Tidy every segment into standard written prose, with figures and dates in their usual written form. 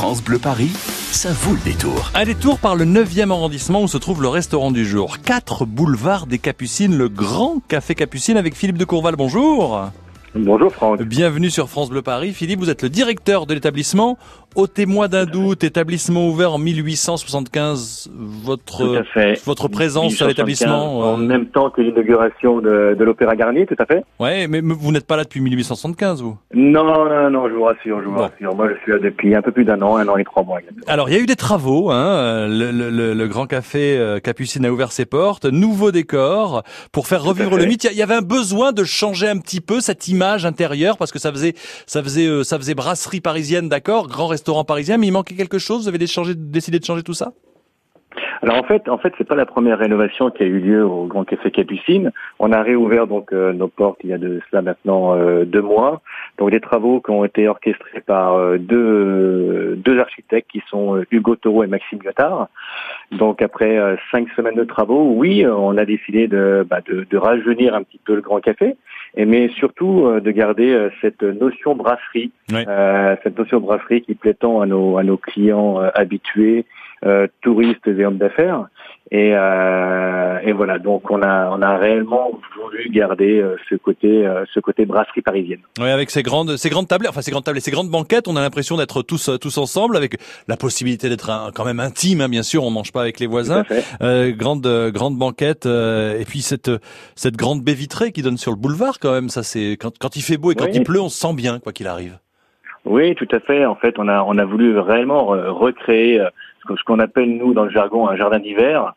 France Bleu Paris, ça vaut le détour. Un détour par le 9e arrondissement où se trouve le restaurant du jour. 4 boulevard des Capucines, le Grand Café Capucine avec Philippe de Courval. Bonjour. Bonjour Franck. Bienvenue sur France Bleu Paris. Philippe, vous êtes le directeur de l'établissement. Ôtez-moi d'un doute, établissement ouvert en 1875. Votre présence à l'établissement. En même temps que l'inauguration de l'Opéra Garnier, tout à fait. Ouais, mais vous n'êtes pas là depuis 1875, vous? Non, je vous rassure, rassure. Moi, je suis là depuis un peu plus d'un an et 3 mois. Exactement. Alors, il y a eu des travaux, hein. Le Grand Café Capucine a ouvert ses portes. Nouveau décor pour faire revivre le mythe. Il y avait un besoin de changer un petit peu cette image intérieure parce que ça faisait brasserie parisienne, d'accord, grand restaurant parisien, mais il manquait quelque chose. Vous avez décidé de changer tout ça? Alors en fait, c'est pas la première rénovation qui a eu lieu au Grand Café Capucine. On a réouvert donc nos portes il y a de cela maintenant 2 mois. Donc des travaux qui ont été orchestrés par deux architectes qui sont Hugo Taureau et Maxime Lyotard. Donc après 5 semaines de travaux, oui, on a décidé de rajeunir un petit peu le Grand Café, mais surtout de garder cette notion brasserie, oui. Cette notion brasserie qui plaît tant à nos clients habitués, touristes et hommes d'affaires. Et voilà, donc on a réellement voulu garder ce côté brasserie parisienne. Oui, avec ces grandes tables, ces grandes banquettes, on a l'impression d'être tous ensemble, avec la possibilité d'être quand même intime, hein, bien sûr, on mange pas avec les voisins. Grande banquette, et puis cette grande baie vitrée qui donne sur le boulevard quand même. Ça, c'est quand il fait beau et quand il pleut, on se sent bien quoi qu'il arrive. Oui, tout à fait. En fait, on a voulu réellement recréer ce qu'on appelle nous dans le jargon un jardin d'hiver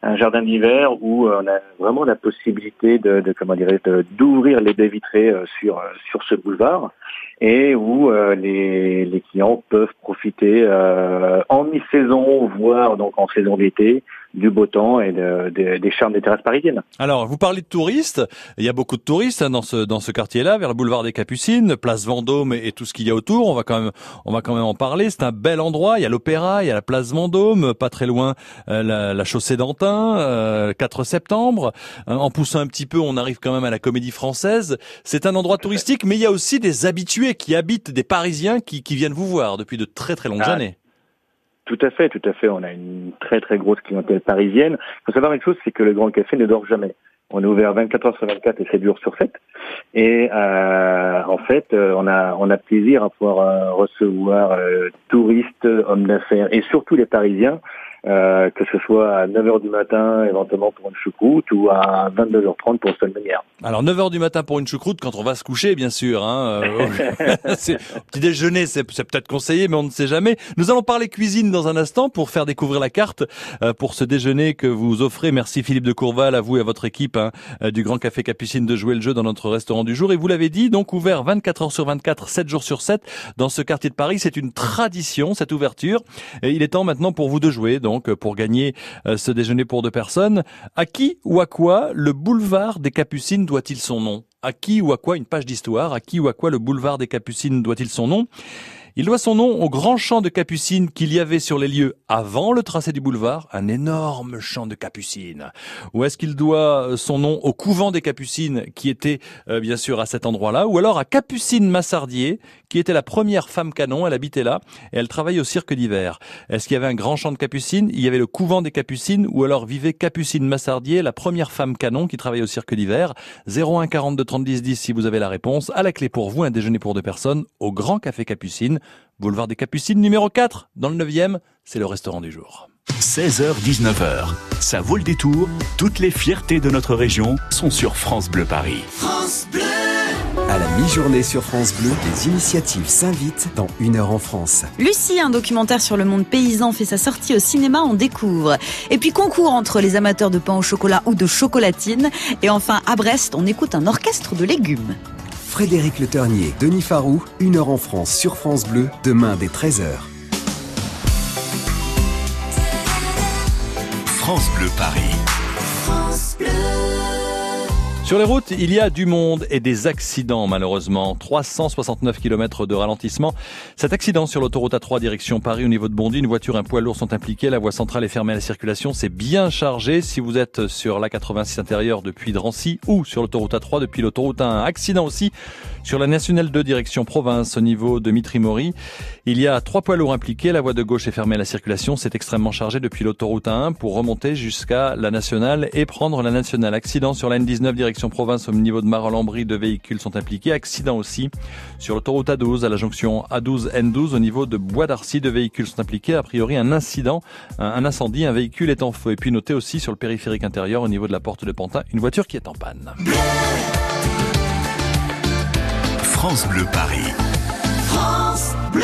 où on a vraiment la possibilité d'ouvrir les baies vitrées sur ce boulevard et où les clients peuvent profiter en mi-saison, voire donc en saison d'été, du beau temps et des charmes des terrasses parisiennes. Alors, vous parlez de touristes. Il y a beaucoup de touristes dans ce quartier-là, vers le boulevard des Capucines, place Vendôme et tout ce qu'il y a autour. On va quand même en parler. C'est un bel endroit. Il y a l'Opéra, il y a la place Vendôme, pas très loin la chaussée d'Antin, 4 septembre. En poussant un petit peu, on arrive quand même à la Comédie Française. C'est un endroit touristique, mais il y a aussi des habitués qui habitent, des Parisiens qui viennent vous voir depuis de très très longues années. Tout à fait. On a une très très grosse clientèle parisienne. Il faut savoir une chose, c'est que le Grand Café ne dort jamais. On est ouvert 24 heures sur 24 et 7 jours sur 7. Et en fait, on a plaisir à pouvoir recevoir touristes, hommes d'affaires et surtout les Parisiens, que ce soit à 9h du matin éventuellement pour une choucroute ou à 22h30 pour une seule meunière. Alors 9h du matin pour une choucroute quand on va se coucher, bien sûr. Petit déjeuner, c'est peut-être conseillé, mais on ne sait jamais. Nous allons parler cuisine dans un instant pour faire découvrir la carte pour ce déjeuner que vous offrez. Merci Philippe de Courval, à vous et à votre équipe du Grand Café Capucine de jouer le jeu dans notre restaurant du jour. Et vous l'avez dit, donc ouvert 24 heures sur 24, 7 jours sur 7 dans ce quartier de Paris. C'est une tradition, cette ouverture. Et il est temps maintenant pour vous de jouer, donc pour gagner ce déjeuner pour 2 personnes. À qui ou à quoi le boulevard des Capucines doit-il son nom? À qui ou à quoi, une page d'histoire, à qui ou à quoi le boulevard des Capucines doit-il son nom? Il doit son nom au grand champ de Capucines qu'il y avait sur les lieux avant le tracé du boulevard, un énorme champ de Capucines. Ou est-ce qu'il doit son nom au couvent des Capucines qui était bien sûr à cet endroit-là, ou alors à Capucine Massardier qui était la première femme canon, elle habitait là et elle travaillait au cirque d'hiver. Est-ce qu'il y avait un grand champ de Capucines, il y avait le couvent des Capucines, ou alors vivait Capucine Massardier, la première femme canon qui travaillait au cirque d'hiver? 01 42 30 10 10 si vous avez la réponse. À la clé pour vous, un déjeuner pour 2 personnes au Grand Café Capucine. Boulevard des Capucines, numéro 4, dans le 9e, c'est le restaurant du jour. 16h-19h, ça vaut le détour. Toutes les fiertés de notre région sont sur France Bleu Paris. France Bleu. À la mi-journée sur France Bleu, les initiatives s'invitent dans 1 heure en France. Lucie, un documentaire sur le monde paysan, fait sa sortie au cinéma, on découvre. Et puis concours entre les amateurs de pain au chocolat ou de chocolatine. Et enfin, à Brest, on écoute un orchestre de légumes. Frédéric Le Ternier, Denis Farou, 1 heure en France sur France Bleu, demain dès 13h. France Bleu Paris. France Bleu. Sur les routes, il y a du monde et des accidents malheureusement. 369 km de ralentissement. Cet accident sur l'autoroute A3 direction Paris au niveau de Bondy, une voiture et un poids lourd sont impliqués. La voie centrale est fermée à la circulation. C'est bien chargé si vous êtes sur l'A86 intérieure depuis Drancy ou sur l'autoroute A3 depuis l'autoroute A1. Accident aussi sur la nationale 2 direction province au niveau de Mitry-Mory. Il y a 3 poids lourds impliqués. La voie de gauche est fermée à la circulation. C'est extrêmement chargé depuis l'autoroute A1 pour remonter jusqu'à la nationale et prendre la nationale. Accident sur la N19 direction province au niveau de Marolles-en-Brie, 2 véhicules sont impliqués. Accident aussi sur l'autoroute A12 à la jonction A12-N12 au niveau de Bois d'Arcy, 2 véhicules sont impliqués. A priori un incident, un incendie, un véhicule est en feu. Et puis notez aussi sur le périphérique intérieur au niveau de la porte de Pantin, une voiture qui est en panne. France Bleu Paris. France Bleu.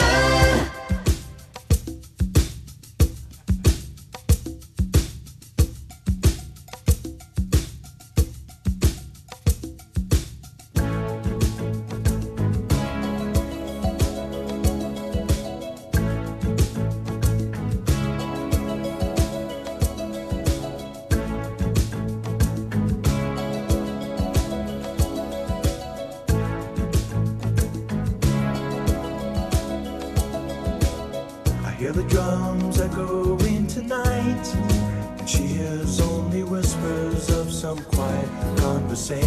Hear the drums echoing tonight, and she hears only whispers of some quiet conversation.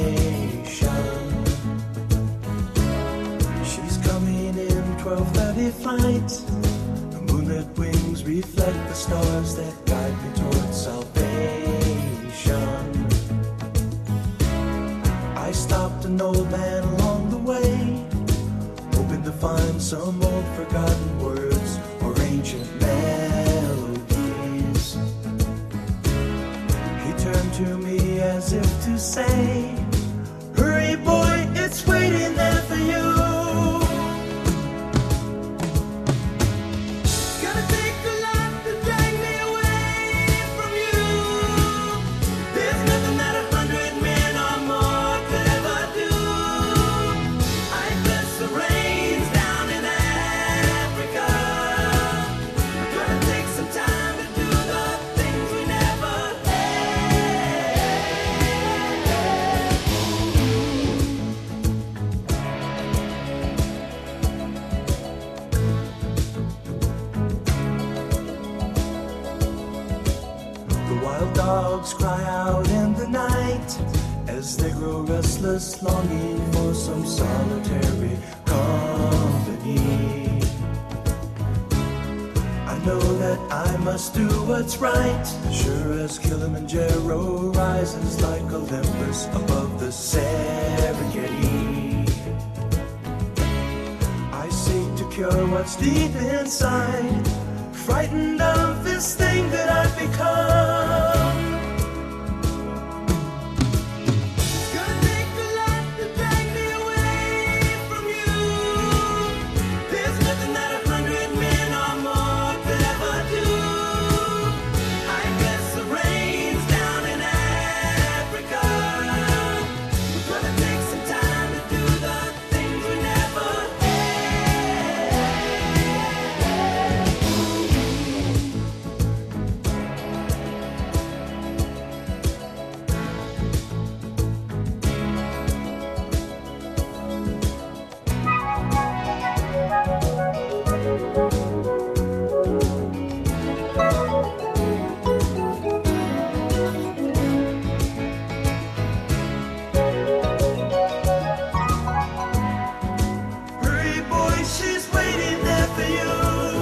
She's coming in 12:30 flight. The moonlit wings reflect the stars that guide me towards salvation. I stopped an old man along the way, hoping to find some old forgotten words or ancient melodies. He turned to me as if to say, hurry boy, it's waiting there for you. Gonna take a lot to drag me away from you. There's nothing that 100 men or more could ever do. I bless the rains down in Africa. Gonna take some time to do the things we never The wild dogs cry out in the night as they grow restless, longing for some solitary company. I know that I must do what's right, sure as Kilimanjaro rises like Olympus above the Serengeti. I seek to cure what's deep inside, frightened of this thing that I've become. It's gonna take a lot to drag me away from you. There's nothing that 100 men or more could ever do. I guess the rains down in Africa. We're gonna take some time to do the things we never Hurry boy, she's waiting there for you.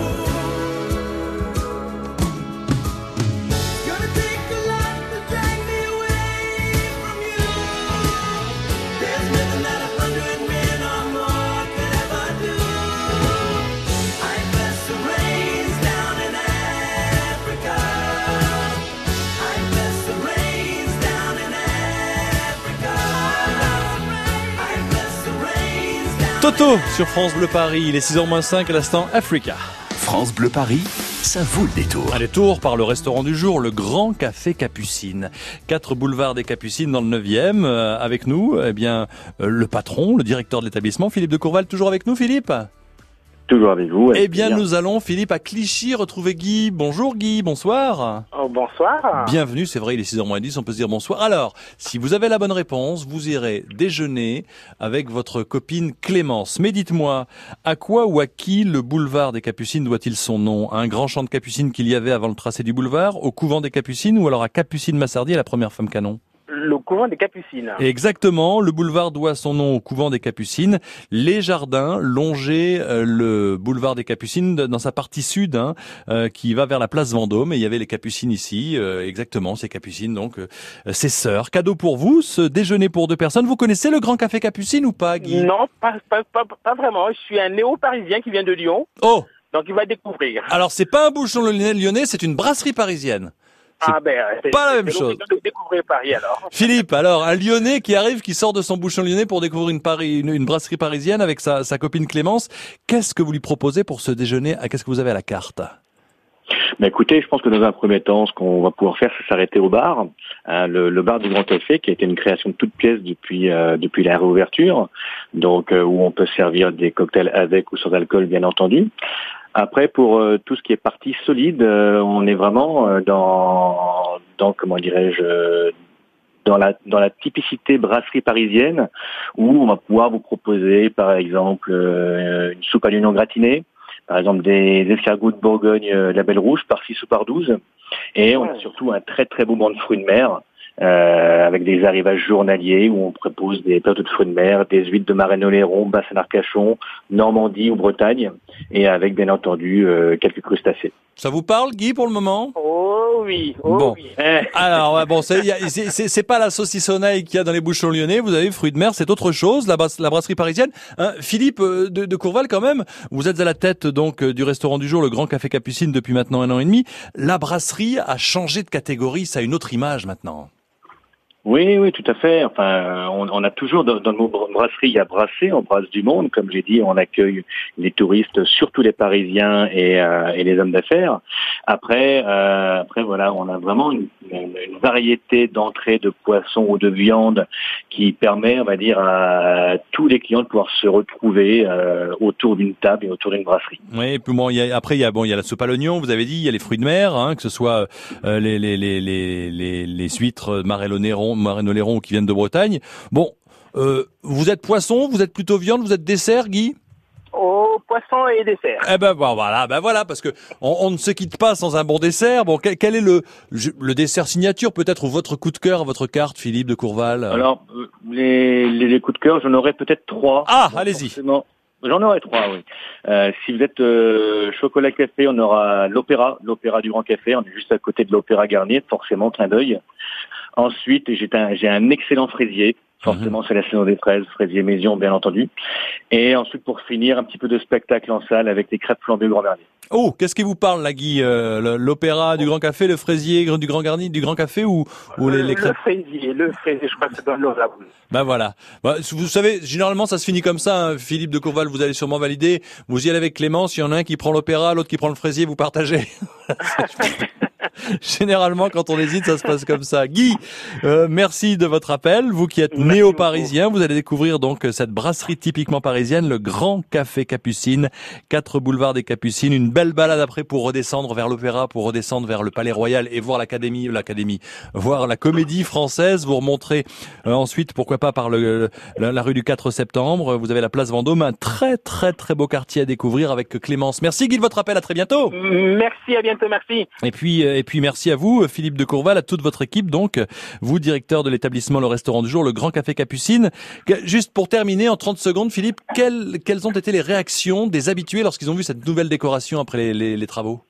It's gonna take a lot to drag me away from you. There's nothing that 100 men or more could ever do. I bless the rains down in Africa. I bless the rains down in Africa. I bless the rains down. Toto sur France Bleu Paris, il est 6h-5 à l'instant Africa. France Bleu Paris, ça vaut le détour. Un détour par le restaurant du jour, le Grand Café Capucine. 4 boulevard des Capucines dans le 9e. Avec nous, le patron, le directeur de l'établissement, Philippe de Courval. Toujours avec nous, Philippe ? Toujours avec vous. Eh bien, nous allons, Philippe, à Clichy, retrouver Guy. Bonjour Guy, bonsoir. Oh, bonsoir. Bienvenue, c'est vrai, il est 6h moins 10, on peut se dire bonsoir. Alors, si vous avez la bonne réponse, vous irez déjeuner avec votre copine Clémence. Mais dites-moi, à quoi ou à qui le boulevard des Capucines doit-il son nom? À un grand champ de Capucines qu'il y avait avant le tracé du boulevard, au couvent des Capucines ou alors à Capucine Massardier, la première femme canon? Le couvent des Capucines. Exactement, le boulevard doit son nom au couvent des Capucines. Les jardins longeaient le boulevard des Capucines dans sa partie sud, qui va vers la place Vendôme. Et il y avait les Capucines ici, exactement, ces Capucines, donc ces sœurs. Cadeau pour vous, ce déjeuner pour 2 personnes. Vous connaissez le Grand Café Capucine ou pas, Guy? Non, pas vraiment. Je suis un néo-parisien qui vient de Lyon, Oh, donc il va découvrir. alors c'est pas un bouchon lyonnais, c'est une brasserie parisienne. c'est pas la même chose. De découvrir Paris alors. Philippe, alors, un Lyonnais qui arrive, qui sort de son bouchon lyonnais pour découvrir une brasserie parisienne avec sa copine Clémence. Qu'est-ce que vous lui proposez pour ce déjeuner? Qu'est-ce que vous avez à la carte? Mais écoutez, je pense que dans un premier temps, ce qu'on va pouvoir faire, c'est s'arrêter au bar, le bar du Grand Café, qui a été une création de toute pièce depuis la réouverture, donc où on peut servir des cocktails avec ou sans alcool, bien entendu. Après, pour tout ce qui est partie solide, on est vraiment dans comment dirais-je, dans la typicité brasserie parisienne, où on va pouvoir vous proposer, par exemple, une soupe à l'oignon gratiné, par exemple des escargots de Bourgogne label rouge par 6 ou par 12, et on a surtout un très très beau banc de fruits de mer, avec des arrivages journaliers où on propose des plateaux de fruits de mer, des huîtres de Marennes-Oléron, Bassin-Arcachon, Normandie ou Bretagne, et avec bien entendu quelques crustacés. Ça vous parle, Guy, pour le moment? Oh oui, Bon. oui. Alors, ouais, bon, c'est pas la saucissonnaille qu'il y a dans les bouchons lyonnais. Vous avez fruits de mer, c'est autre chose, la brasserie parisienne. Philippe de Courval, quand même, vous êtes à la tête donc du restaurant du jour, le Grand Café Capucine, depuis maintenant 1 an et demi. La brasserie a changé de catégorie, ça a une autre image maintenant. Oui, tout à fait. Enfin, on a toujours dans le mot brasserie, il y a brasser, on brasse du monde. Comme j'ai dit, on accueille les touristes, surtout les Parisiens et les hommes d'affaires. Après, voilà, on a vraiment une variété d'entrées de poissons ou de viande qui permet, on va dire, à tous les clients de pouvoir se retrouver autour d'une table et autour d'une brasserie. Oui, et puis bon, il y a la soupe à l'oignon, vous avez dit, il y a les fruits de mer, que ce soit les huîtres Marennes-Oléron qui viennent de Bretagne. Bon, vous êtes poisson, vous êtes plutôt viande, vous êtes dessert, Guy? Oh, poisson et dessert. Eh ben voilà, parce que on ne se quitte pas sans un bon dessert. Bon, quel est le dessert signature peut-être ou votre coup de cœur, votre carte, Philippe de Courval? Alors, les coups de cœur, j'en aurais peut-être 3. Ah, allez-y. J'en aurais 3, oui. Si vous êtes chocolat café, on aura l'opéra du Grand Café. On est juste à côté de l'Opéra Garnier, forcément, clin d'œil. Ensuite, j'ai un excellent fraisier. Forcément, c'est la saison des fraises, fraisier Mézion, bien entendu. Et ensuite, pour finir, un petit peu de spectacle en salle avec les crêpes flambées Grand Garnier. Oh, qu'est-ce qui vous parle, là, Guy? L'opéra du Grand Café, le fraisier du Grand Garnier, du Grand Café ou les crêpes? Le fraisier, je crois que ça donne l'eau à la bouche. Ben voilà. Vous savez, généralement, ça se finit comme ça, Philippe de Courval, vous allez sûrement valider. Vous y allez avec Clémence, il y en a un qui prend l'opéra, l'autre qui prend le fraisier, vous partagez. Généralement, quand on hésite, ça se passe comme ça. Guy, merci de votre appel. Vous qui êtes néo-parisien, vous allez découvrir donc cette brasserie typiquement parisienne, le Grand Café Capucine, 4 boulevards des Capucines. Une belle balade après pour redescendre vers l'Opéra, pour redescendre vers le Palais Royal et voir voir la Comédie Française. Vous remonterez ensuite, pourquoi pas, par la rue du 4 septembre. Vous avez la place Vendôme, un très très très beau quartier à découvrir avec Clémence. Merci Guy de votre appel, à très bientôt. Merci, à bientôt, merci. Et puis merci à vous, Philippe de Courval, à toute votre équipe, donc, vous, directeur de l'établissement Le Restaurant du Jour, le Grand Café Capucine. Juste pour terminer, en 30 secondes, Philippe, quelles ont été les réactions des habitués lorsqu'ils ont vu cette nouvelle décoration après les travaux?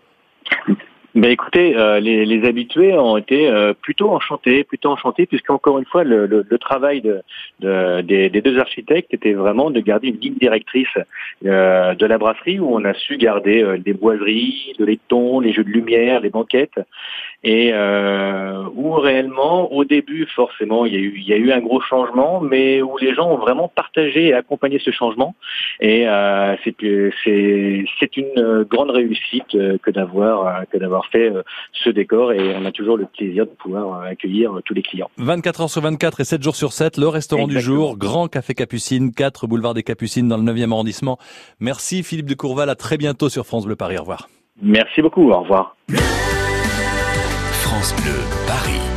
Ben écoutez, les habitués ont été plutôt enchantés, puisqu'encore une fois, le travail des 2 architectes était vraiment de garder une ligne directrice de la brasserie, où on a su garder des boiseries, de laiton, les jeux de lumière, les banquettes, et où réellement, au début, forcément, il y a eu un gros changement, mais où les gens ont vraiment partagé et accompagné ce changement. Et c'est une grande réussite que d'avoir fait ce décor, et on a toujours le plaisir de pouvoir accueillir tous les clients. 24 heures sur 24 et 7 jours sur 7, le restaurant du jour, Grand Café Capucine, 4 boulevard des Capucines dans le 9e arrondissement. Merci Philippe de Courval, à très bientôt sur France Bleu Paris. Au revoir. Merci beaucoup, au revoir. France Bleu Paris.